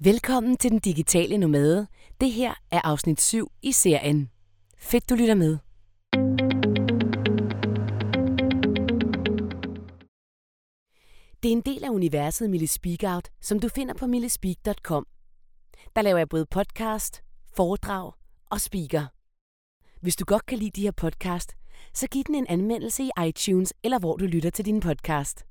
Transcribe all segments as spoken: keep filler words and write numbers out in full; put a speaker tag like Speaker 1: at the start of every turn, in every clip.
Speaker 1: Velkommen til Den Digitale Nomade. Det her er afsnit syv i serien. Fedt, du lytter med. Det er en del af universet Mille Speak Out, som du finder på millespeak punktum com. Der laver jeg både podcast, foredrag og speaker. Hvis du godt kan lide de her podcast, så giv den en anmeldelse i iTunes eller hvor du lytter til din podcast.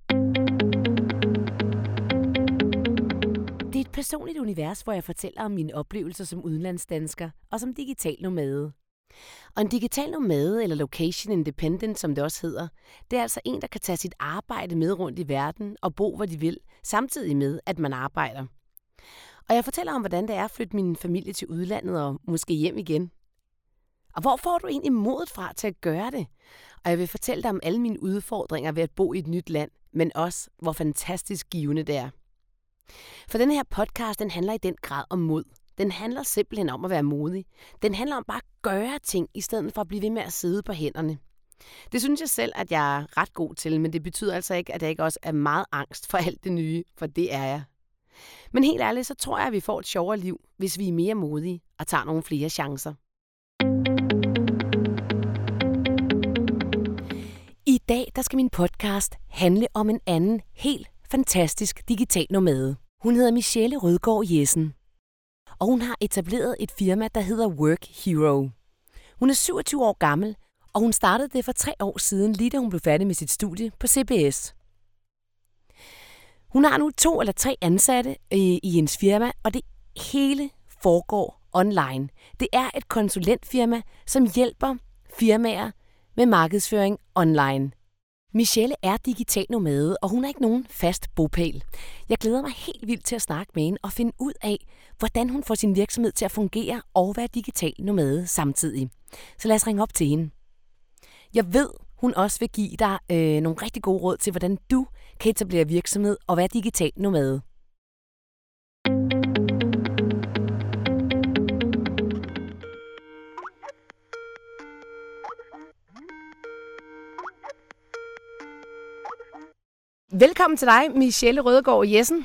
Speaker 1: Det er et personligt univers, hvor jeg fortæller om mine oplevelser som udenlandsdansker og som digital nomade. Og en digital nomade, eller location independent, som det også hedder, det er altså en, der kan tage sit arbejde med rundt i verden og bo, hvor de vil, samtidig med, at man arbejder. Og jeg fortæller om, hvordan det er at flytte min familie til udlandet og måske hjem igen. Og hvor får du egentlig modet fra til at gøre det? Og jeg vil fortælle dig om alle mine udfordringer ved at bo i et nyt land, men også, hvor fantastisk givende det er. For den her podcast, den handler i den grad om mod. Den handler simpelthen om at være modig. Den handler om bare at gøre ting, i stedet for at blive ved med at sidde på hænderne. Det synes jeg selv, at jeg er ret god til, men det betyder altså ikke, at jeg ikke også er meget angst for alt det nye, for det er jeg. Men helt ærligt, så tror jeg, at vi får et sjovere liv, hvis vi er mere modige og tager nogle flere chancer. I dag, der skal min podcast handle om en anden, helt fantastisk digital nomade. Hun hedder Michelle Rødgaard Jessen, og hun har etableret et firma, der hedder Work Hero. Hun er syvogtyve år gammel, og hun startede det for tre år siden, lige da hun blev færdig med sit studie på C B S. Hun har nu to eller tre ansatte i, i hendes firma, og det hele foregår online. Det er et konsulentfirma, som hjælper firmaer med markedsføring online. Michelle er digital nomade, og hun har ikke nogen fast bopæl. Jeg glæder mig helt vildt til at snakke med hende og finde ud af, hvordan hun får sin virksomhed til at fungere og være digital nomade samtidig. Så lad os ringe op til hende. Jeg ved, hun også vil give dig øh, nogle rigtig gode råd til, hvordan du kan etablere virksomhed og være digital nomade. Velkommen til dig, Michelle Rødgaard Jessen.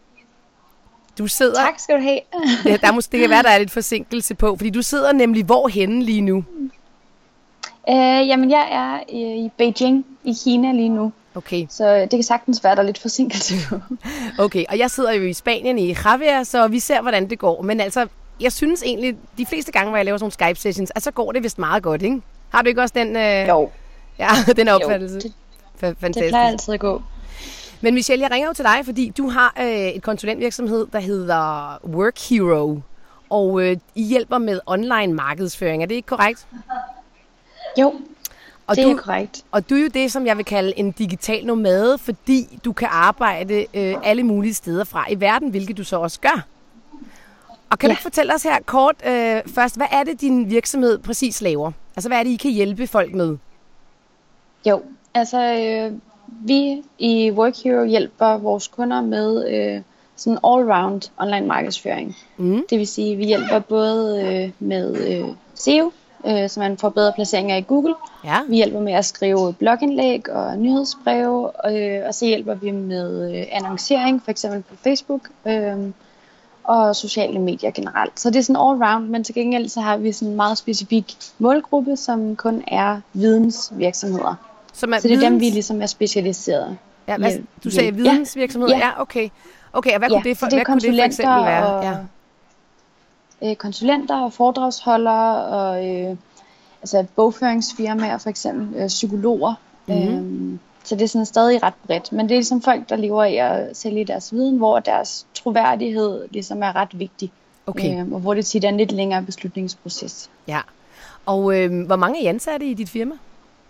Speaker 1: Du sidder...
Speaker 2: Tak skal du have.
Speaker 1: ja, der måske, det kan være, der er lidt forsinkelse på, fordi du sidder nemlig hvorhenne lige nu?
Speaker 2: Uh, jamen, jeg er i, i Beijing i Kina lige nu.
Speaker 1: Okay.
Speaker 2: Så det kan sagtens være, der er lidt forsinkelse på.
Speaker 1: Okay, og jeg sidder jo i Spanien i Javier, så vi ser, hvordan det går. Men altså, jeg synes egentlig, de fleste gange, hvor jeg laver sådan nogle Skype-sessions, at så går det vist meget godt, ikke? Har du ikke også den, øh...
Speaker 2: jo.
Speaker 1: Ja, den opfattelse? Jo,
Speaker 2: det, Fantastisk. Det plejer altid at gå.
Speaker 1: Men Michelle, jeg ringer jo til dig, fordi du har øh, et konsulentvirksomhed, der hedder Work Hero, og øh, I hjælper med online markedsføring. Er det ikke korrekt?
Speaker 2: Jo,
Speaker 1: og
Speaker 2: det
Speaker 1: du,
Speaker 2: er korrekt.
Speaker 1: Og du er jo det, som jeg vil kalde en digital nomade, fordi du kan arbejde øh, alle mulige steder fra i verden, hvilket du så også gør. Og kan ja. du fortælle os her kort øh, først, hvad er det, din virksomhed præcis laver? Altså, hvad er det, I kan hjælpe folk med?
Speaker 2: Jo, altså... Øh... Vi i Work Hero hjælper vores kunder med øh, sådan all-round online markedsføring. Mm. Det vil sige, at vi hjælper både øh, med øh, S E O, øh, så man får bedre placeringer i Google.
Speaker 1: Ja.
Speaker 2: Vi hjælper med at skrive blogindlæg og nyhedsbreve, øh, og så hjælper vi med øh, annoncering, for eksempel på Facebook, øh, og sociale medier generelt. Så det er sådan all-round, men til gengæld så har vi sådan en meget specifik målgruppe, som kun er vidensvirksomheder.
Speaker 1: Som er
Speaker 2: så det er
Speaker 1: videns...
Speaker 2: dem, vi ligesom er specialiseret.
Speaker 1: Ja, hvad, du sagde vidensvirksomhed? Ja. ja, okay. Okay, og hvad,
Speaker 2: ja,
Speaker 1: kunne, det for,
Speaker 2: det
Speaker 1: hvad kunne det for eksempel være?
Speaker 2: Og, ja. øh, konsulenter og foredragsholdere, og øh, altså bogføringsfirmaer for eksempel, øh, psykologer. Mm-hmm. Øh, så det er sådan stadig ret bredt. Men det er ligesom folk, der lever i at sælge deres viden, hvor deres troværdighed ligesom er ret vigtig.
Speaker 1: Okay.
Speaker 2: Øh, og hvor det tit er en lidt længere beslutningsproces.
Speaker 1: Ja, og øh, hvor mange er I ansatte i dit firma?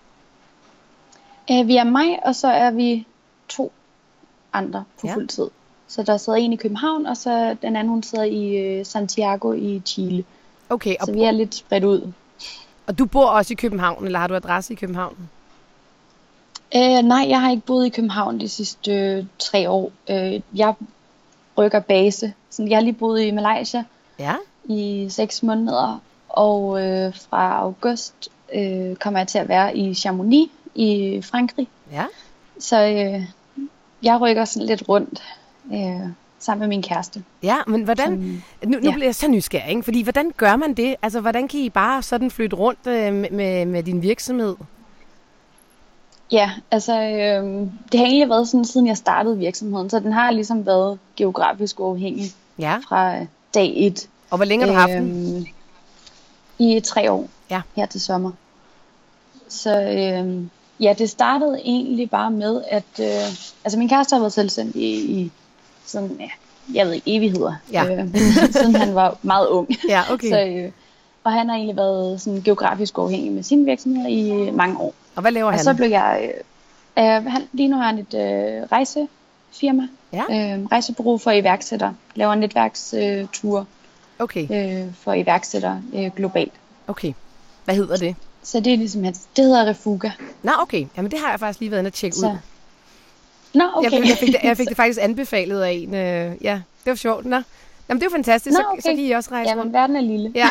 Speaker 2: Uh, vi er mig, og så er vi to andre på ja. fuld tid. Så der sidder en i København, og så den anden, hun sidder i uh, Santiago i Chile.
Speaker 1: Okay.
Speaker 2: Så vi er lidt spredt ud.
Speaker 1: Og du bor også i København, eller har du adresse i København?
Speaker 2: Uh, nej, jeg har ikke boet i København de sidste uh, tre år. Uh, jeg rykker base. Så jeg har lige boet i Malaysia
Speaker 1: ja.
Speaker 2: i seks måneder, og uh, fra august uh, kommer jeg til at være i Chamonix i Frankrig.
Speaker 1: Ja.
Speaker 2: Så øh, jeg rykker sådan lidt rundt. Øh, sammen med min kæreste.
Speaker 1: Ja, men hvordan, som, nu, nu ja. bliver jeg så nysgerrig, ikke? Fordi hvordan gør man det? Altså, hvordan kan I bare sådan flytte rundt øh, med, med din virksomhed?
Speaker 2: Ja, altså, øh, det har egentlig været sådan, siden jeg startede virksomheden, så den har ligesom været geografisk uafhængig
Speaker 1: ja.
Speaker 2: fra dag et.
Speaker 1: Og hvor længe har du haft den?
Speaker 2: Øh, I tre år,
Speaker 1: ja.
Speaker 2: her til sommer. Så øh, ja, det startede egentlig bare med, at øh, altså min kæreste har været selvstændig i, i sådan, ja, jeg ved ikke, evigheder,
Speaker 1: ja.
Speaker 2: øh, siden han var meget ung.
Speaker 1: Ja, okay.
Speaker 2: Så, øh, og han har egentlig været sådan geografisk uafhængig med sin virksomhed i mange år.
Speaker 1: Og hvad laver
Speaker 2: og
Speaker 1: han?
Speaker 2: Og så blev jeg, øh, øh, han, lige nu har han et øh, rejsefirma,
Speaker 1: ja.
Speaker 2: øh, rejsebureau for iværksættere, laver netværksture øh,
Speaker 1: okay.
Speaker 2: øh, for iværksættere øh, globalt.
Speaker 1: Okay, hvad hedder det?
Speaker 2: Så det er ligesom, det hedder Refuga.
Speaker 1: Nå, okay. Jamen det har jeg faktisk lige været inde og tjekke
Speaker 2: så.
Speaker 1: ud.
Speaker 2: Nå, okay.
Speaker 1: Jeg, jeg, fik det, jeg fik det faktisk anbefalet af en. Øh, ja, det var sjovt. Nå. Jamen det er jo fantastisk.
Speaker 2: Nå,
Speaker 1: så,
Speaker 2: okay.
Speaker 1: så kan I også rejse
Speaker 2: rundt. Ja, men verden er lille.
Speaker 1: Ja.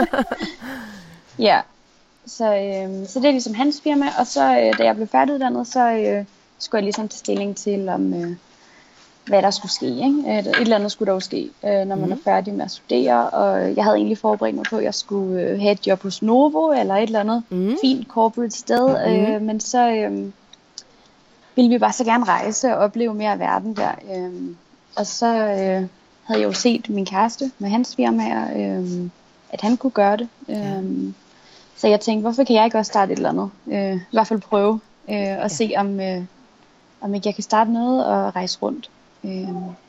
Speaker 2: ja. Så, øh, så det er ligesom hans firma. Og så øh, da jeg blev færdiguddannet, så øh, skulle jeg ligesom tage stilling til, om øh, hvad der skulle ske. Ikke? Et, et eller andet skulle der jo ske, øh, når man mm. er færdig med at studere. Og jeg havde egentlig forberedt mig på, at jeg skulle øh, have et job hos Novo, eller et eller andet mm. fint corporate sted. Mm. Øh, men så øh, ville vi bare så gerne rejse og opleve mere af verden der. Øh, og så øh, havde jeg jo set min kæreste med hans firmaer, øh, at han kunne gøre det. Øh, ja. Så jeg tænkte, hvorfor kan jeg ikke også starte et eller andet? Øh, I hvert fald prøve øh, og ja. se, om, øh, om ikke jeg kan starte noget og rejse rundt. Øh,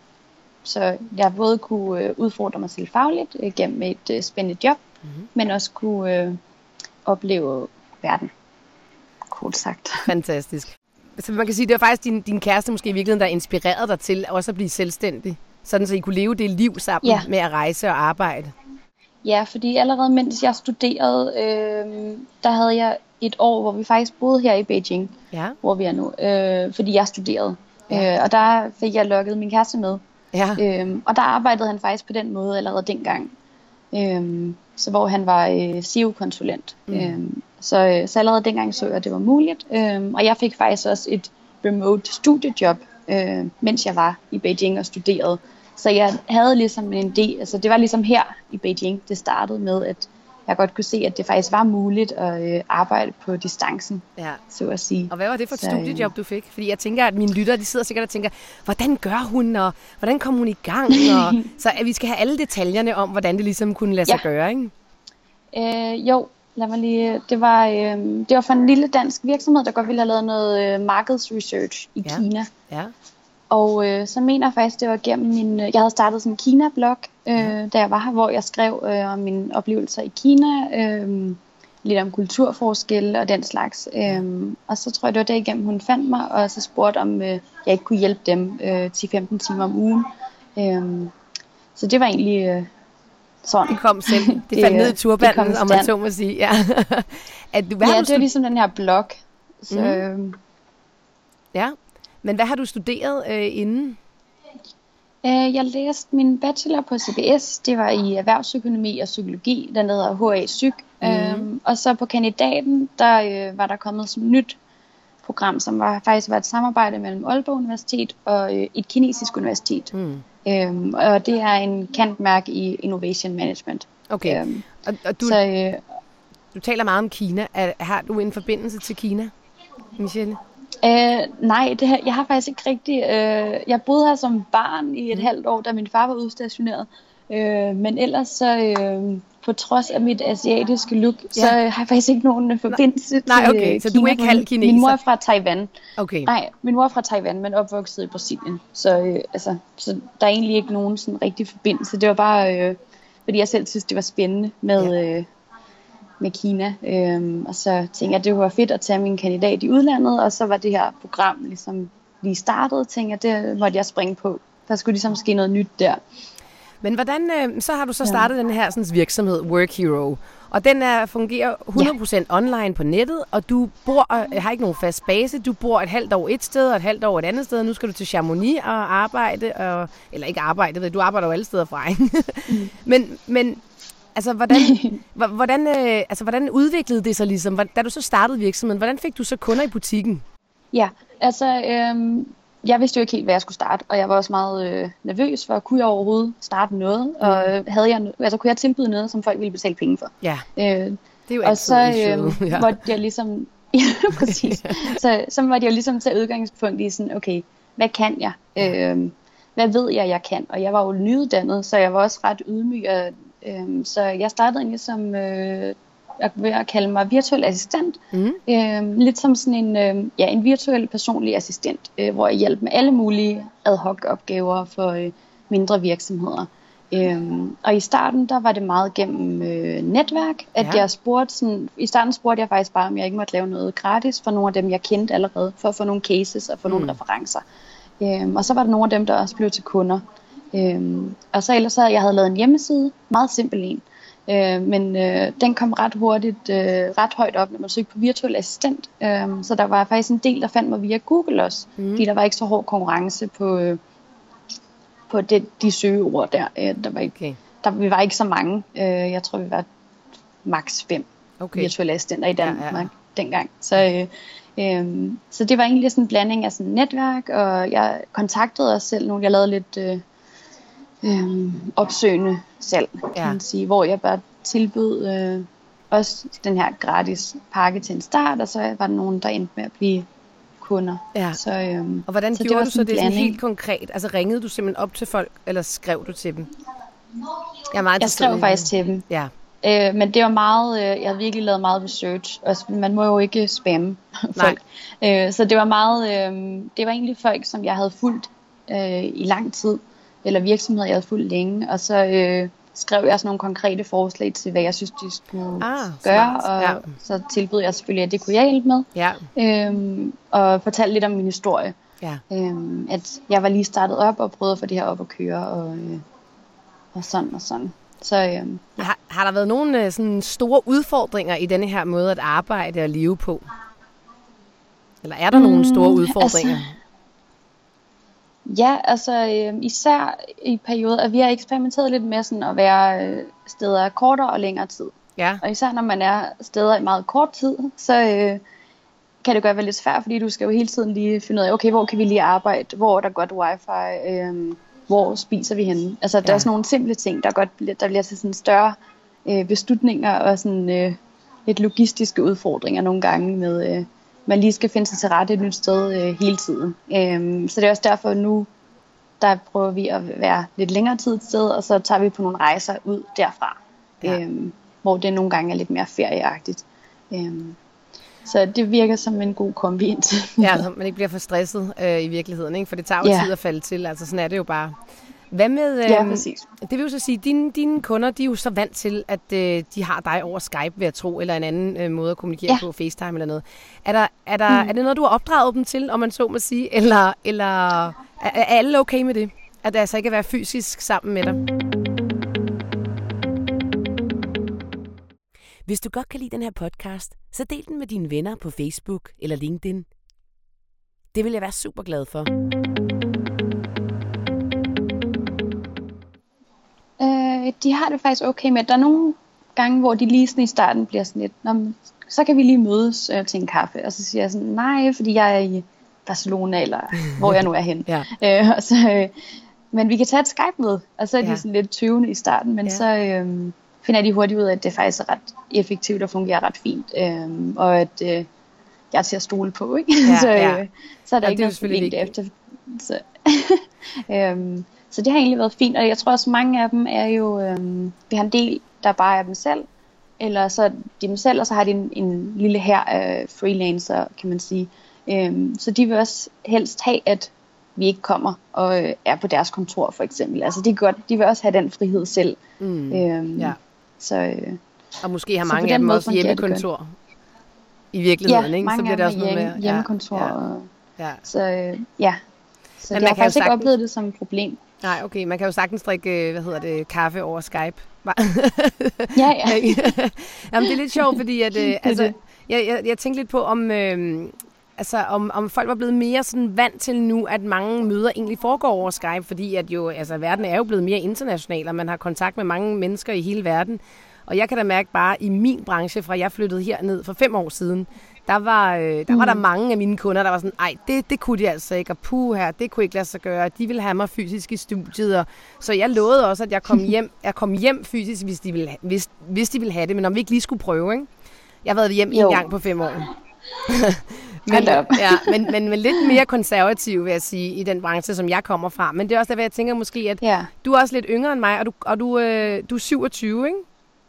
Speaker 2: så jeg både kunne øh, udfordre mig selv fagligt øh, gennem et øh, spændende job, mm-hmm. men også kunne øh, opleve verden, kort sagt.
Speaker 1: Fantastisk. Så man kan sige, det var faktisk din, din kæreste måske i virkeligheden, der inspirerede dig til også at blive selvstændig, sådan så I kunne leve det liv sammen ja. med at rejse og arbejde.
Speaker 2: Ja, fordi allerede mens jeg studerede, øh, der havde jeg et år, hvor vi faktisk boede her i Beijing,
Speaker 1: ja.
Speaker 2: hvor vi er nu, øh, fordi jeg studerede. Ja. Øh, og der fik jeg lukket min kæreste med.
Speaker 1: Ja.
Speaker 2: Øhm, og der arbejdede han faktisk på den måde allerede dengang. Øhm, så hvor han var øh, S E O-konsulent. Mm. Øhm, så, så allerede dengang så jeg, at det var muligt. Øhm, og jeg fik faktisk også et remote studiejob, øh, mens jeg var i Beijing og studerede. Så jeg havde ligesom en idé, altså det var ligesom her i Beijing, det startede med, at jeg godt kunne se, at det faktisk var muligt at øh, arbejde på distancen,
Speaker 1: ja.
Speaker 2: så at sige.
Speaker 1: Og hvad var det for et så, studiejob, du fik? Fordi jeg tænker, at mine lyttere, de sidder sikkert og tænker, hvordan gør hun, og hvordan kom hun i gang? Og, så at vi skal have alle detaljerne om, hvordan det ligesom kunne lade sig ja. gøre, ikke?
Speaker 2: Øh, jo, lad mig lige. Det var, øh, det var for en lille dansk virksomhed, der godt ville have lavet noget øh, markedsresearch i
Speaker 1: ja.
Speaker 2: Kina.
Speaker 1: Ja.
Speaker 2: Og øh, så mener jeg faktisk, det var gennem min... Jeg havde startet sådan en Kina-blog, øh, ja. da jeg var her, hvor jeg skrev øh, om mine oplevelser i Kina, øh, lidt om kulturforskelle og den slags. Øh, og så tror jeg, det var derigennem, hun fandt mig, og så spurgte, om øh, jeg ikke kunne hjælpe dem øh, ti til femten timer om ugen. Øh, så det var egentlig øh, sådan.
Speaker 1: Det kom selv. Det faldt ned i turbanden, om man så må sige. Ja, at du,
Speaker 2: ja det var ligesom den her blog. Så,
Speaker 1: mm.
Speaker 2: øh,
Speaker 1: ja. Men hvad har du studeret øh, inden?
Speaker 2: Øh, jeg læste min bachelor på C B S. Det var i erhvervsøkonomi og psykologi. Den hedder H A Psyk. Mm. Øhm, og så på kandidaten, der øh, var der kommet sådan et nyt program, som var, faktisk var et samarbejde mellem Aalborg Universitet og øh, et kinesisk universitet. Mm. Øhm, og det er en cand.merc i Innovation Management.
Speaker 1: Okay. Øhm, og, og du,
Speaker 2: så, øh,
Speaker 1: du taler meget om Kina. Er, har du en forbindelse til Kina, Michelle?
Speaker 2: Øh, nej, det her, jeg har faktisk ikke rigtig... Øh, jeg boede her som barn i et mm. halvt år, da min far var udstationeret. Øh, men ellers så, øh, på trods af mit asiatiske look, ja. så har jeg faktisk ikke nogen forbindelse til
Speaker 1: Nej, okay, så
Speaker 2: Kina.
Speaker 1: du er ikke halv kineser?
Speaker 2: Min mor er fra Taiwan.
Speaker 1: Okay.
Speaker 2: Nej, min mor er fra Taiwan, men opvokset i Brasilien. Så, øh, altså, så der er egentlig ikke nogen sådan rigtig forbindelse. Det var bare, øh, fordi jeg selv synes, det var spændende med... Ja. Øh, med Kina, øhm, og så tænkte jeg, at det var fedt at tage min kandidat i udlandet, og så var det her program ligesom lige startet, tænkte jeg, det måtte jeg springe på. Der skulle ligesom ske noget nyt der.
Speaker 1: Men hvordan, øh, så har du så startet ja. den her sådan, virksomhed, Work Hero, og den er, fungerer hundrede procent ja. online på nettet, og du bor, øh, har ikke nogen fast base, du bor et halvt år et sted, og et halvt år et andet sted, og nu skal du til Chamonix og arbejde, og, eller ikke arbejde, du arbejder jo alle steder fra, ikke? mm. men, men Altså, hvordan, hvordan, øh, altså, hvordan udviklede det sig ligesom? Da du så startede virksomheden, hvordan fik du så kunder i butikken?
Speaker 2: Ja, altså, øhm, jeg vidste jo ikke helt, hvad jeg skulle starte, og jeg var også meget øh, nervøs for, kunne jeg overhovedet starte noget, mm. og havde jeg, altså, kunne jeg tilbyde noget, som folk ville betale penge for.
Speaker 1: Ja,
Speaker 2: øh,
Speaker 1: det er jo
Speaker 2: og så
Speaker 1: øh,
Speaker 2: ja. måtte jeg ligesom, ja, præcis, så, så måtte jeg ligesom tage udgangspunkt i sådan, okay, hvad kan jeg? Ja. Øh, hvad ved jeg, jeg kan? Og jeg var jo nyuddannet, så jeg var også ret ydmyg, og, øh, så jeg startede egentlig som... Øh, jeg vil kalde mig virtuel assistent. Mm. Øh, lidt som sådan en, øh, ja, en virtuel personlig assistent, øh, hvor jeg hjælper med alle mulige ad hoc opgaver for øh, mindre virksomheder. Øh, og i starten, der var det meget gennem øh, netværk, at ja. jeg spurgte sådan, i starten spurgte jeg faktisk bare, om jeg ikke måtte lave noget gratis for nogle af dem, jeg kendte allerede, for at få nogle cases og få mm. nogle referencer. Øh, og så var der nogle af dem, der også blev til kunder. Øh, og så ellers havde jeg havde lavet en hjemmeside, meget simpel en. Øh, men øh, den kom ret hurtigt, øh, ret højt op, når man søgte på virtuel assistent. Øh, så der var faktisk en del, der fandt mig via Google også. Mm. Fordi der var ikke så hård konkurrence på, øh, på det, de søgeord der. Øh, der, var ikke, okay. der. Vi var ikke så mange. Øh, jeg tror, vi var maks fem okay. virtuelle assistenter i Danmark ja, ja. dengang. Så, øh, øh, så det var egentlig sådan en blanding af sådan netværk, og jeg kontaktede også selv nogle. Jeg lavede lidt... Øh, Øhm, opsøgende salg, ja. kan man sige, hvor jeg bare tilbød øh, også den her gratis pakke til en start, og så var der nogen, der endte med at blive kunder. Ja. Så, øhm,
Speaker 1: og hvordan
Speaker 2: så
Speaker 1: gjorde
Speaker 2: det
Speaker 1: du så det sådan helt konkret? Altså ringede du simpelthen op til folk, eller skrev du til dem? Jeg, er meget
Speaker 2: jeg skrev faktisk til dem.
Speaker 1: Ja.
Speaker 2: Øh, men det var meget, øh, jeg havde virkelig lavet meget research. Altså, man må jo ikke spamme folk. Øh, så det var meget, øh, det var egentlig folk, som jeg havde fulgt øh, i lang tid, eller virksomheder, jeg havde fulgt længe, og så øh, skrev jeg sådan nogle konkrete forslag til, hvad jeg synes, de skulle ah, gøre, smart. og ja. så tilbød jeg selvfølgelig, at det kunne jeg hjælpe med, ja. øhm, og fortalte lidt om min historie. Ja. Øhm, at jeg var lige startet op, og prøvede at få det her op at køre, og, øh, og sådan og sådan. Så, øhm,
Speaker 1: ja. har, har der været nogle øh, sådan store udfordringer i denne her måde at arbejde og leve på? Eller er der mm, nogle store udfordringer?
Speaker 2: Altså, Ja, altså øh, især i perioder, at vi har eksperimenteret lidt med sådan at være øh, steder kortere og længere tid. Ja. Og især når man er steder i meget kort tid, så øh, kan det godt være lidt svært, fordi du skal jo hele tiden lige finde ud af, okay, hvor kan vi lige arbejde, hvor er der godt wifi, øh, hvor spiser vi henne. Altså ja. der er sådan nogle simple ting, der, godt, der bliver til sådan større øh, beslutninger og sådan øh, lidt logistiske udfordringer nogle gange med... Øh, man lige skal finde sig til rette et nyt sted øh, hele tiden. Øhm, så det er også derfor nu, der prøver vi at være lidt længere tid et sted, og så tager vi på nogle rejser ud derfra, ja. øhm, hvor det nogle gange er lidt mere ferieagtigt. Øhm, så det virker som en god kombi indtil.
Speaker 1: Ja, så man ikke bliver for stresset øh, i virkeligheden, ikke? For det tager jo ja. tid at falde til, altså sådan er det jo bare. Hvad med, øh,
Speaker 2: ja, præcis.
Speaker 1: Det vil jo så sige, at dine, dine kunder, de er jo så vant til, at øh, de har dig over Skype, ved at tro, eller en anden øh, måde at kommunikere ja. på, FaceTime eller noget. Er, der, er, der, mm. er det noget, du har opdraget dem til, om man så må sige, eller, eller er, er alle okay med det? At det altså ikke at være fysisk sammen med dig? Hvis du godt kan lide den her podcast, så del den med dine venner på Facebook eller LinkedIn. Det vil jeg være super glad for.
Speaker 2: De har det faktisk okay med. Der er nogle gange, hvor de lige sådan i starten bliver sådan lidt, Nå, så kan vi lige mødes øh, til en kaffe. Og så siger jeg sådan, nej, fordi jeg er i Barcelona, eller hvor jeg nu er henne. ja. øh, og så, øh, men vi kan tage et Skype-møde. Og så er de ja. sådan lidt tøvende i starten, men ja. så øh, finder de hurtigt ud af, at det faktisk er ret effektivt og fungerer ret fint. Øh, og at øh, jeg er til at stole på, ikke? Ja, så, øh, ja. så er der ja, ikke noget problem derefter. Så, øh, Så det har egentlig været fint, og jeg tror også mange af dem er jo, øhm, vi har en del, der bare er dem selv, eller så er de dem selv, og så har de en, en lille her af freelancer, kan man sige. Øhm, så de vil også helst have, at vi ikke kommer og øh, er på deres kontor, for eksempel. Altså de, godt, de vil også have den frihed selv. Mm, øhm, ja. så, øh,
Speaker 1: og måske har mange af dem også hjemmekontor i virkeligheden,
Speaker 2: ja,
Speaker 1: ikke?
Speaker 2: mange
Speaker 1: Så bliver det også
Speaker 2: hjemme,
Speaker 1: noget med,
Speaker 2: hjemmekontor.
Speaker 1: Ja,
Speaker 2: og,
Speaker 1: ja.
Speaker 2: Så øh, ja, så jeg har faktisk ikke oplevet det som et problem.
Speaker 1: Nej, okay. Man kan jo sagtens drikke, hvad hedder det, kaffe over Skype.
Speaker 2: ja, ja.
Speaker 1: Jamen, det er lidt sjovt, fordi at, øh, altså, jeg, jeg, jeg tænkte lidt på, om, øh, altså, om, om folk var blevet mere sådan vant til nu, at mange møder egentlig foregår over Skype, fordi at jo, altså, verden er jo blevet mere international, og man har kontakt med mange mennesker i hele verden. Og jeg kan da mærke bare i min branche, fra jeg flyttede herned for fem år siden, der var, øh, der, mm. var der mange af mine kunder, der var sådan, ej, det, det kunne de altså ikke, og puh her, det kunne ikke lade sig gøre. De ville have mig fysisk i studiet, og, så jeg lovede også, at jeg kom hjem, jeg kom hjem fysisk, hvis de, ville, hvis, hvis de ville have det, men om vi ikke lige skulle prøve, ikke? Jeg har været hjem jo. en gang på fem år. men, ja, men, men, men lidt mere konservativ, vil jeg sige, i den branche, som jeg kommer fra. Men det er også der, jeg tænker måske, at ja. du er også lidt yngre end mig, og du, og du, øh, du er syvogtyve, ikke?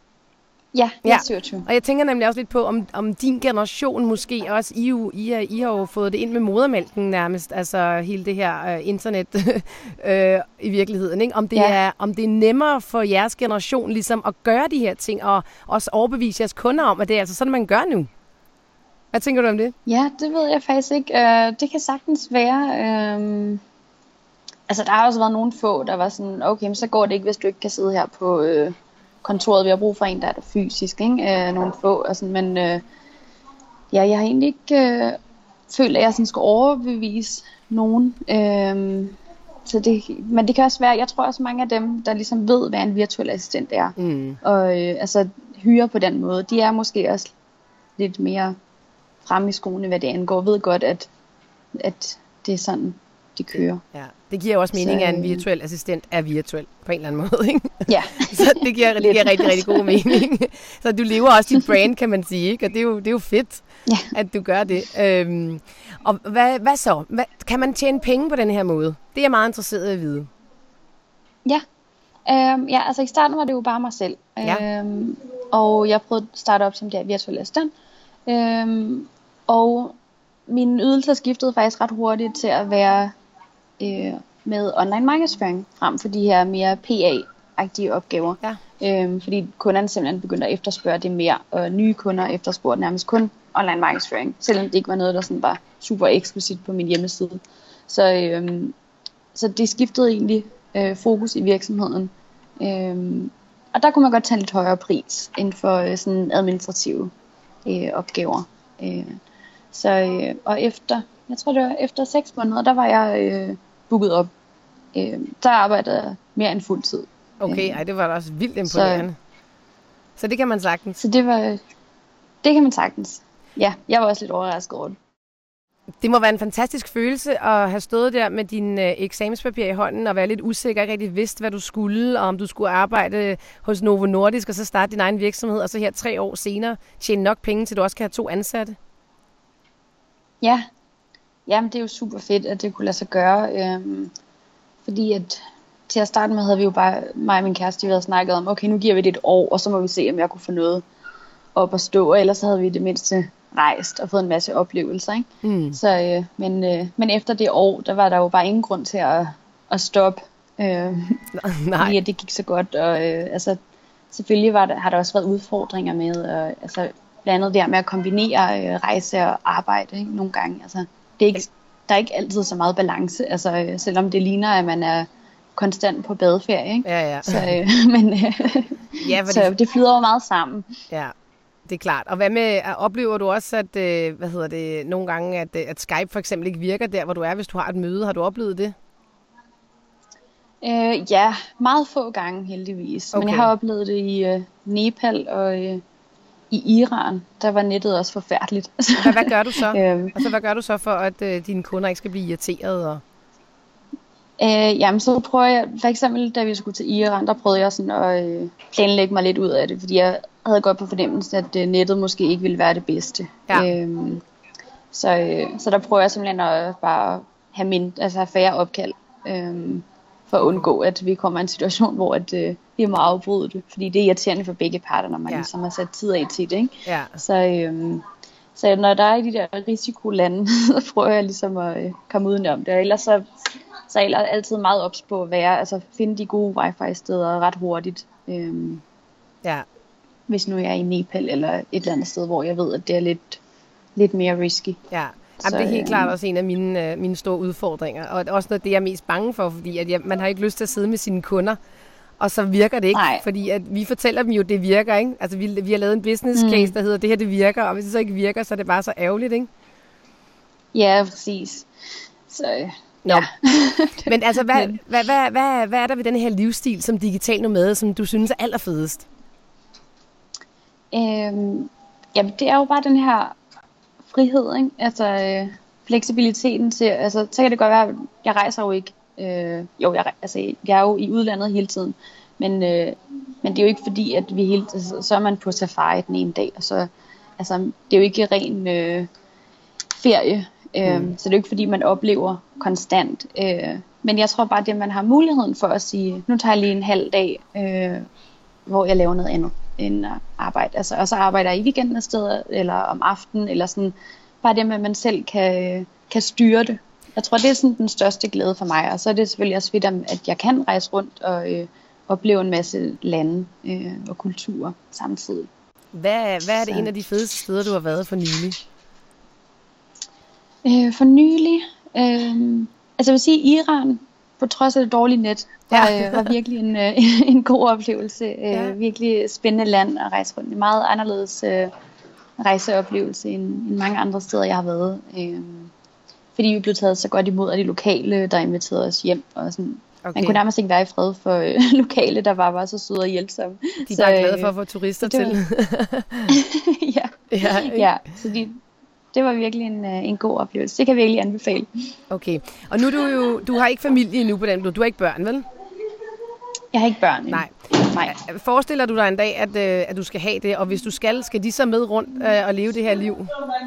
Speaker 2: Ja, jeg er syvogtyve.
Speaker 1: Og jeg tænker nemlig også lidt på, om, om din generation måske også, I, jo, I, I har jo fået det ind med modermælken nærmest, altså hele det her uh, internet uh, i virkeligheden, ikke? Om det, ja. er, om det er nemmere for jeres generation ligesom at gøre de her ting, og også overbevise jeres kunder om, at det er altså sådan, man gør nu. Hvad tænker du om det?
Speaker 2: Ja, det ved jeg faktisk ikke. Uh, det kan sagtens være. Uh, altså, der har også været nogle få, der var sådan, okay, så går det ikke, hvis du ikke kan sidde her på... Uh, kontoret, vi har brug for en, der er der fysisk, ikke? Øh, nogle få, og sådan, men øh, ja, jeg har egentlig ikke øh, følt, at jeg sådan skal overbevise nogen. Øh, så det, men det kan også være, jeg tror også mange af dem, der ligesom ved, hvad en virtuel assistent er, mm. og øh, altså hyrer på den måde, de er måske også lidt mere fremme i skoene, hvad det angår, ved godt, at, at det er sådan, de kører.
Speaker 1: Ja, det giver jo også mening, så, at en virtuel assistent er virtuel på en eller anden måde, ikke?
Speaker 2: Ja.
Speaker 1: Så det giver, det giver rigtig, rigtig god mening. Så du lever også dit brand, kan man sige, ikke? Og det er jo, det er jo fedt, ja. At du gør det. Øhm, og hvad, hvad så? Hvad, kan man tjene penge på den her måde? Det er jeg meget interesseret i at vide.
Speaker 2: Ja. Øhm, ja, altså i starten var det jo bare mig selv. Ja. Øhm, og jeg prøvede at starte op som der virtuel assistent. Øhm, og mine ydelser skiftede faktisk ret hurtigt til at være øh, med online markedsføring frem for de her mere P A-agtige opgaver. Ja. Øhm, fordi kunderne simpelthen begyndte at efterspørge det mere, og nye kunder efterspurgte nærmest kun online markedsføring, selvom det ikke var noget, der sådan var super eksplicit på min hjemmeside. Så, øhm, så det skiftede egentlig øh, fokus i virksomheden. Øhm, og der kunne man godt tage en lidt højere pris end for øh, sådan administrative øh, opgaver. Øh, så, øh, og efter, jeg tror det var efter seks måneder, der var jeg øh, booket op. Øh, der arbejdede jeg mere end fuld tid.
Speaker 1: Okay, ej, det var da også vildt imponerende. Så, så det kan man sagtens.
Speaker 2: Så det var, det kan man sagtens. Ja, jeg var også lidt overrasket over det.
Speaker 1: Det må være en fantastisk følelse at have stået der med din øh, eksamenspapir i hånden og være lidt usikker, ikke rigtig vidste, hvad du skulle, og om du skulle arbejde hos Novo Nordisk og så starte din egen virksomhed, og så her tre år senere tjene nok penge til, du også kan have to ansatte.
Speaker 2: Ja, jamen det er jo super fedt, at det kunne lade sig gøre, øhm, fordi at til at starte med havde vi jo bare, mig og min kæreste, vi havde snakket om, okay, nu giver vi det et år, og så må vi se, om jeg kunne få noget op at stå, og ellers så havde vi det mindste rejst og fået en masse oplevelser, ikke? Mm. Så, øh, men, øh, men efter det år, der var der jo bare ingen grund til at, at stoppe, øh, Nej. fordi at det gik så godt, og øh, altså, selvfølgelig var der, har der også været udfordringer med, og, altså, blandt andet der med at kombinere øh, rejse og arbejde, ikke? Nogle gange, altså, det er ikke, der er ikke altid så meget balance, altså, øh, selvom det ligner, at man er konstant på badeferie, ikke?
Speaker 1: Ja, ja.
Speaker 2: Så, øh, men, øh, ja, fordi... så det flyder jo meget sammen.
Speaker 1: Ja. Det er klart. Og hvad med, oplever du også, at, øh, hvad hedder det, nogle gange, at, at Skype for eksempel ikke virker der, hvor du er, hvis du har et møde? Har du oplevet det?
Speaker 2: Øh, ja, meget få gange heldigvis. Okay. Men jeg har oplevet det i øh, Nepal og øh, i Iran. Der var nettet også forfærdeligt.
Speaker 1: Hvad, hvad gør du så? altså, hvad gør du så for, at øh, dine kunder ikke skal blive irriteret? Og...
Speaker 2: Øh, jamen, så prøver jeg, for eksempel da vi skulle til Iran, der prøvede jeg sådan at øh, planlægge mig lidt ud af det, fordi jeg havde godt på fornemmelsen, at øh, nettet måske ikke ville være det bedste. Ja. Øhm, så, øh, så der prøver jeg simpelthen at bare have, mind, altså have færre opkald, øh, for at undgå, at vi kommer i en situation, hvor at, øh, vi må afbryde det, fordi det er irriterende for begge parter, når man ja. ligesom har sat tid af til det, ikke? Ja. Så, øh, så når der er i de der risikolande, så prøver jeg ligesom at øh, komme udenom det, og ellers så Så er jeg altid meget ops på at være, altså finde de gode wifi-steder ret hurtigt. Øhm, ja. Hvis nu jeg er i Nepal eller et eller andet sted, hvor jeg ved, at det er lidt, lidt mere risky.
Speaker 1: Ja, så, Jamen, det er helt øhm, klart også en af mine, mine store udfordringer. Og også noget, det jeg er mest bange for, fordi at jeg, man har ikke lyst til at sidde med sine kunder, og så virker det ikke. Nej. Fordi at vi fortæller dem jo, at det virker, ikke? Altså vi, vi har lavet en business case, mm. der hedder, det her det virker, og hvis det så ikke virker, så er det bare så ærgerligt, ikke?
Speaker 2: Ja, præcis. Så...
Speaker 1: Nå. Ja. Men altså, hvad, hvad, hvad, hvad, hvad er der ved den her livsstil som digital nomade, som du synes er allerfedest?
Speaker 2: Øhm, jamen, det er jo bare den her frihed, ikke? Altså øh, fleksibiliteten til, altså så kan det godt være, at jeg rejser jo ikke, øh, jo jeg, altså, jeg er jo i udlandet hele tiden, men, øh, men det er jo ikke fordi, at vi hele, altså, så er man på safari den ene dag, og så, altså det er jo ikke ren øh, ferie, øh, mm. så det er jo ikke fordi, man oplever konstant, øh, men jeg tror bare, det at man har muligheden for at sige, nu tager jeg lige en halv dag, øh, hvor jeg laver noget andet end at arbejde. Altså, og så arbejder jeg i weekenden et sted, eller om aftenen, eller sådan. Bare det med, at man selv kan, kan styre det. Jeg tror, det er sådan den største glæde for mig. Og så er det selvfølgelig også fedt, at jeg kan rejse rundt og øh, opleve en masse lande øh, og kulturer samtidig.
Speaker 1: Hvad, hvad er det
Speaker 2: så.
Speaker 1: en af de fedeste steder, du har været for nylig?
Speaker 2: Øh, for nylig? Øh, altså jeg vil sige, Iran, på trods af det dårlige net, var, ja. øh, var virkelig en, øh, en god oplevelse. Øh, ja. Virkelig spændende land at rejse rundt i. Meget anderledes øh, rejseoplevelse end, end mange andre steder, jeg har været. Øh, fordi vi blev taget så godt imod af de lokale, der inviterede os hjem. Og sådan. Okay. Man kunne nærmest ikke være i fred for øh, lokale, der bare var så søde og hjælpsomme.
Speaker 1: De er så, bare glade for at få turister til.
Speaker 2: ja. Ja, ja, så de... Det var virkelig en, en god oplevelse. Det kan jeg virkelig anbefale.
Speaker 1: Okay. Og nu er du jo, du har ikke familie endnu på den måde. Du har ikke børn, vel?
Speaker 2: Jeg har ikke børn endnu.
Speaker 1: Nej.
Speaker 2: Nej.
Speaker 1: Forestiller du dig en dag, at, at du skal have det? Og hvis du skal, skal de så med rundt og leve det her liv?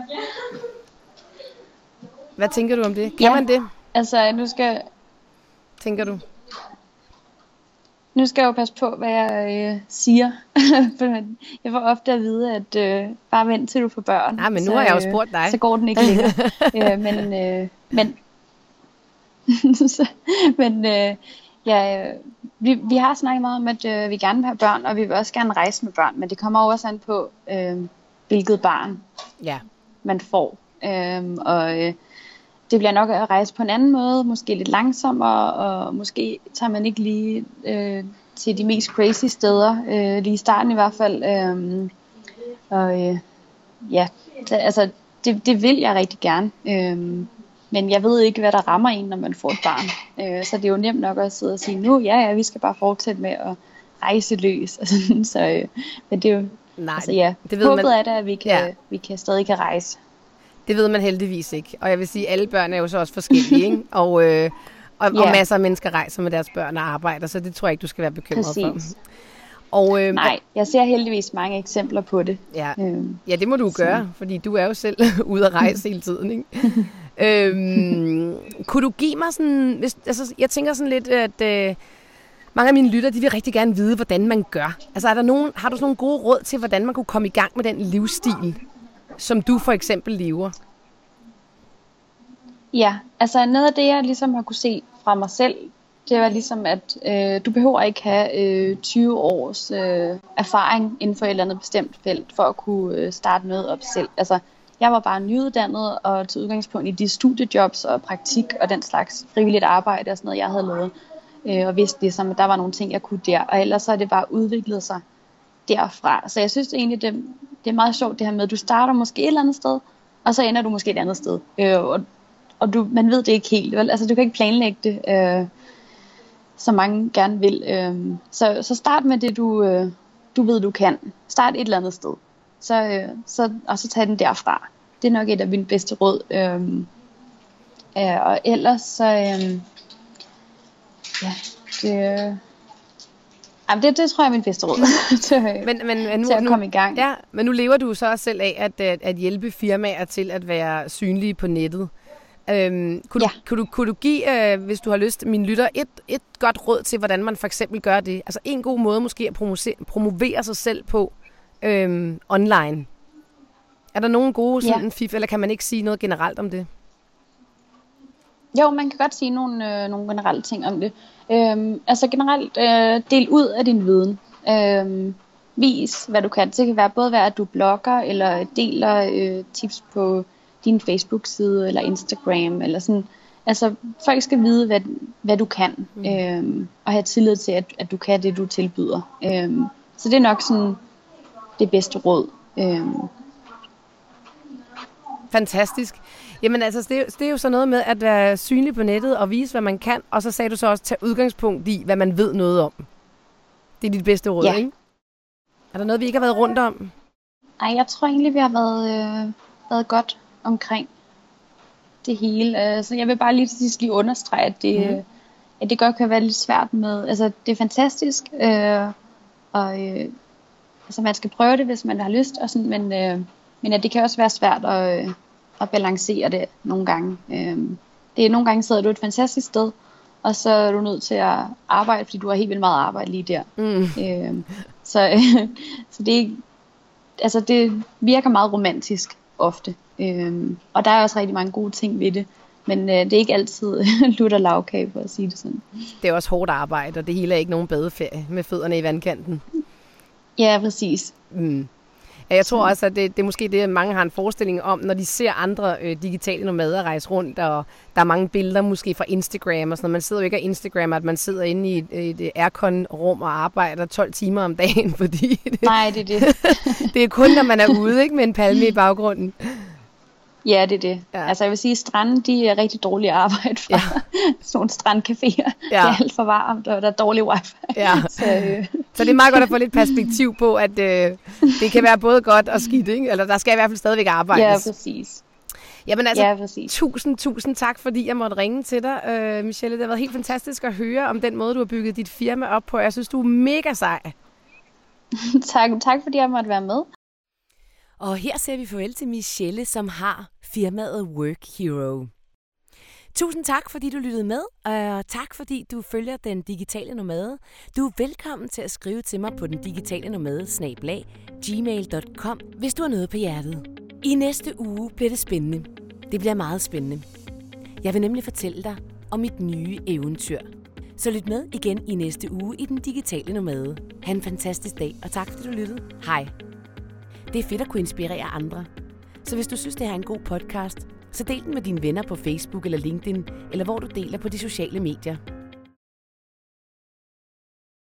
Speaker 1: Hvad tænker du om det? Kan
Speaker 2: ja,
Speaker 1: man det?
Speaker 2: Altså, nu skal...
Speaker 1: Tænker du?
Speaker 2: Nu skal jeg jo passe på, hvad jeg øh, siger. Jeg får ofte at vide, at øh, bare vent til du får børn.
Speaker 1: Nej, men nu
Speaker 2: så,
Speaker 1: har jeg jo spurgt dig.
Speaker 2: Øh, så går den ikke længere. øh, men øh, men, men øh, ja, vi, vi har snakket meget om, at øh, vi gerne vil have børn, og vi vil også gerne rejse med børn. Men det kommer også an på, øh, hvilket barn
Speaker 1: ja.
Speaker 2: man får. Øh, og øh, det bliver nok at rejse på en anden måde, måske lidt langsommere, og måske tager man ikke lige øh, til de mest crazy steder, øh, lige i starten i hvert fald. Øh, og øh, ja, det, altså det, det vil jeg rigtig gerne. Øh, men jeg ved ikke, hvad der rammer en, når man får et barn. Øh, så det er jo nemt nok at sidde og sige, nu ja, ja, vi skal bare fortsætte med at rejse løs. så, øh, men det er jo,
Speaker 1: Nej,
Speaker 2: altså ja,
Speaker 1: det ved
Speaker 2: håbet
Speaker 1: man...
Speaker 2: er det, at vi, kan, ja. vi kan stadig kan rejse.
Speaker 1: Det ved man heldigvis ikke. Og jeg vil sige, at alle børn er jo så også forskellige, ikke? Og, øh, og, yeah. og masser af mennesker rejser med deres børn og arbejder, så det tror jeg ikke, du skal være bekymret Præcis. for. Og, øh,
Speaker 2: Nej, jeg ser heldigvis mange eksempler på det.
Speaker 1: Ja, øhm, ja det må du så. gøre, fordi du er jo selv ude at rejse hele tiden, ikke? øhm, kunne du give mig sådan... Hvis, altså, jeg tænker sådan lidt, at... Øh, mange af mine lytter, de vil rigtig gerne vide, hvordan man gør. Altså, er der nogen, har du sådan nogle gode råd til, hvordan man kunne komme i gang med den livsstil, som du for eksempel lever?
Speaker 2: Ja, altså noget af det, jeg ligesom har kunne se fra mig selv, det var ligesom, at øh, du behøver ikke have øh, tyve års øh, erfaring inden for et eller andet bestemt felt, for at kunne øh, starte noget op selv. Altså, jeg var bare nyuddannet og til udgangspunkt i de studiejobs og praktik og den slags frivilligt arbejde og sådan noget, jeg havde lavet. Øh, og vidste ligesom, at der var nogle ting, jeg kunne der. Og ellers så er det bare udviklet sig derfra. Så jeg synes egentlig, det, det er meget sjovt det her med, at du starter måske et eller andet sted, og så ender du måske et andet sted. Øh, og og du, man ved det ikke helt, vel? Altså du kan ikke planlægge det, øh, som mange gerne vil. Øh. Så, så start med det, du, øh, du ved, du kan. Start et eller andet sted, så, øh, så, og så tag den derfra. Det er nok et af mine bedste råd. Øh, øh, og ellers så... Øh, ja, det... Øh, Jamen, det, det tror jeg er min bedste råd til,
Speaker 1: men, men, men nu,
Speaker 2: til at komme i gang.
Speaker 1: Ja, men nu lever du så også selv af at, at, at hjælpe firmaer til at være synlige på nettet. Øhm, kunne, ja. du, kunne, du, kunne du give, øh, hvis du har lyst, mine lytter, et, et godt råd til, hvordan man for eksempel gør det? Altså en god måde måske at promovere, promovere sig selv på øhm, online. Er der nogle gode sådan ja. fif, eller kan man ikke sige noget generelt om det?
Speaker 2: Jo, man kan godt sige nogle, øh, nogle generelle ting om det. Øhm, altså generelt, øh, del ud af din viden. Øhm, vis, hvad du kan. Det kan være både være, at du blogger, eller deler øh, tips på din Facebook-side, eller Instagram, eller sådan. Altså, folk skal vide, hvad, hvad du kan, mm. øhm, og have tillid til, at, at du kan det, du tilbyder. Øhm, så det er nok sådan det bedste råd. Øhm.
Speaker 1: Fantastisk. Jamen altså, det er, det er jo så noget med at være synlig på nettet og vise, hvad man kan, og så sagde du så også, tage udgangspunkt i, hvad man ved noget om. Det er dit bedste råd, ja. Ikke? Er der noget, vi ikke har været rundt om?
Speaker 2: Nej, jeg tror egentlig, vi har været, øh, været godt omkring det hele. Altså, jeg vil bare lige til sidst lige understrege, at det, mm. at det godt kan være lidt svært med, altså det er fantastisk, øh, og øh, altså man skal prøve det, hvis man har lyst, og sådan, men, øh, men at det kan også være svært at, øh, at balancere det nogle gange. Øh, det er nogle gange sidder du et fantastisk sted, og så er du nødt til at arbejde, fordi du har helt vildt meget arbejde lige der. Mm. Øh, så, øh, så det, altså det virker meget romantisk ofte. Øhm, og der er også rigtig mange gode ting ved det, men øh, det er ikke altid lutter lavkage, for at sige det sådan.
Speaker 1: Det er også hårdt arbejde, og det hele er ikke nogen badeferie med fødderne i vandkanten.
Speaker 2: Ja, præcis.
Speaker 1: Mm. Jeg tror også, at det, det er måske det, mange har en forestilling om, når de ser andre øh, digitale nomader rejse rundt, og der er mange billeder måske fra Instagram og sådan noget. Man sidder jo ikke af Instagram, at man sidder inde i et, et aircon-rum og arbejder tolv timer om dagen, fordi det,
Speaker 2: Nej, det er det.
Speaker 1: det er kun, når man er ude, ikke, med en palme i baggrunden.
Speaker 2: Ja, det er det. Ja. Altså jeg vil sige, at stranden, de er rigtig dårlige at arbejde for. Ja. Sådan nogle strandcaféer. Ja. Det er alt for varmt, og der er dårlig wifi. Ja. Så, øh.
Speaker 1: Så det er meget godt at få lidt perspektiv på, at øh, det kan være både godt og skidt, ikke? Eller der skal i hvert fald stadigvæk arbejdes.
Speaker 2: Ja, præcis.
Speaker 1: Jamen altså,
Speaker 2: ja, præcis.
Speaker 1: tusind, tusind tak, fordi jeg måtte ringe til dig, øh, Michelle. Det har været helt fantastisk at høre om den måde, du har bygget dit firma op på. Jeg synes, du er mega sej.
Speaker 2: tak, tak, fordi jeg måtte være med.
Speaker 1: Og her ser vi farvel til Michelle, som har firmaet Work Hero. Tusind tak, fordi du lyttede med, og tak, fordi du følger Den Digitale Nomade. Du er velkommen til at skrive til mig på den digitale nomade snabel-a gmail punktum com, hvis du har noget på hjertet. I næste uge bliver det spændende. Det bliver meget spændende. Jeg vil nemlig fortælle dig om mit nye eventyr. Så lyt med igen i næste uge i Den Digitale Nomade. Ha' en fantastisk dag, og tak, fordi du lyttede. Hej. Det er fedt at kunne inspirere andre. Så hvis du synes, det her er en god podcast, så del den med dine venner på Facebook eller LinkedIn, eller hvor du deler på de sociale medier.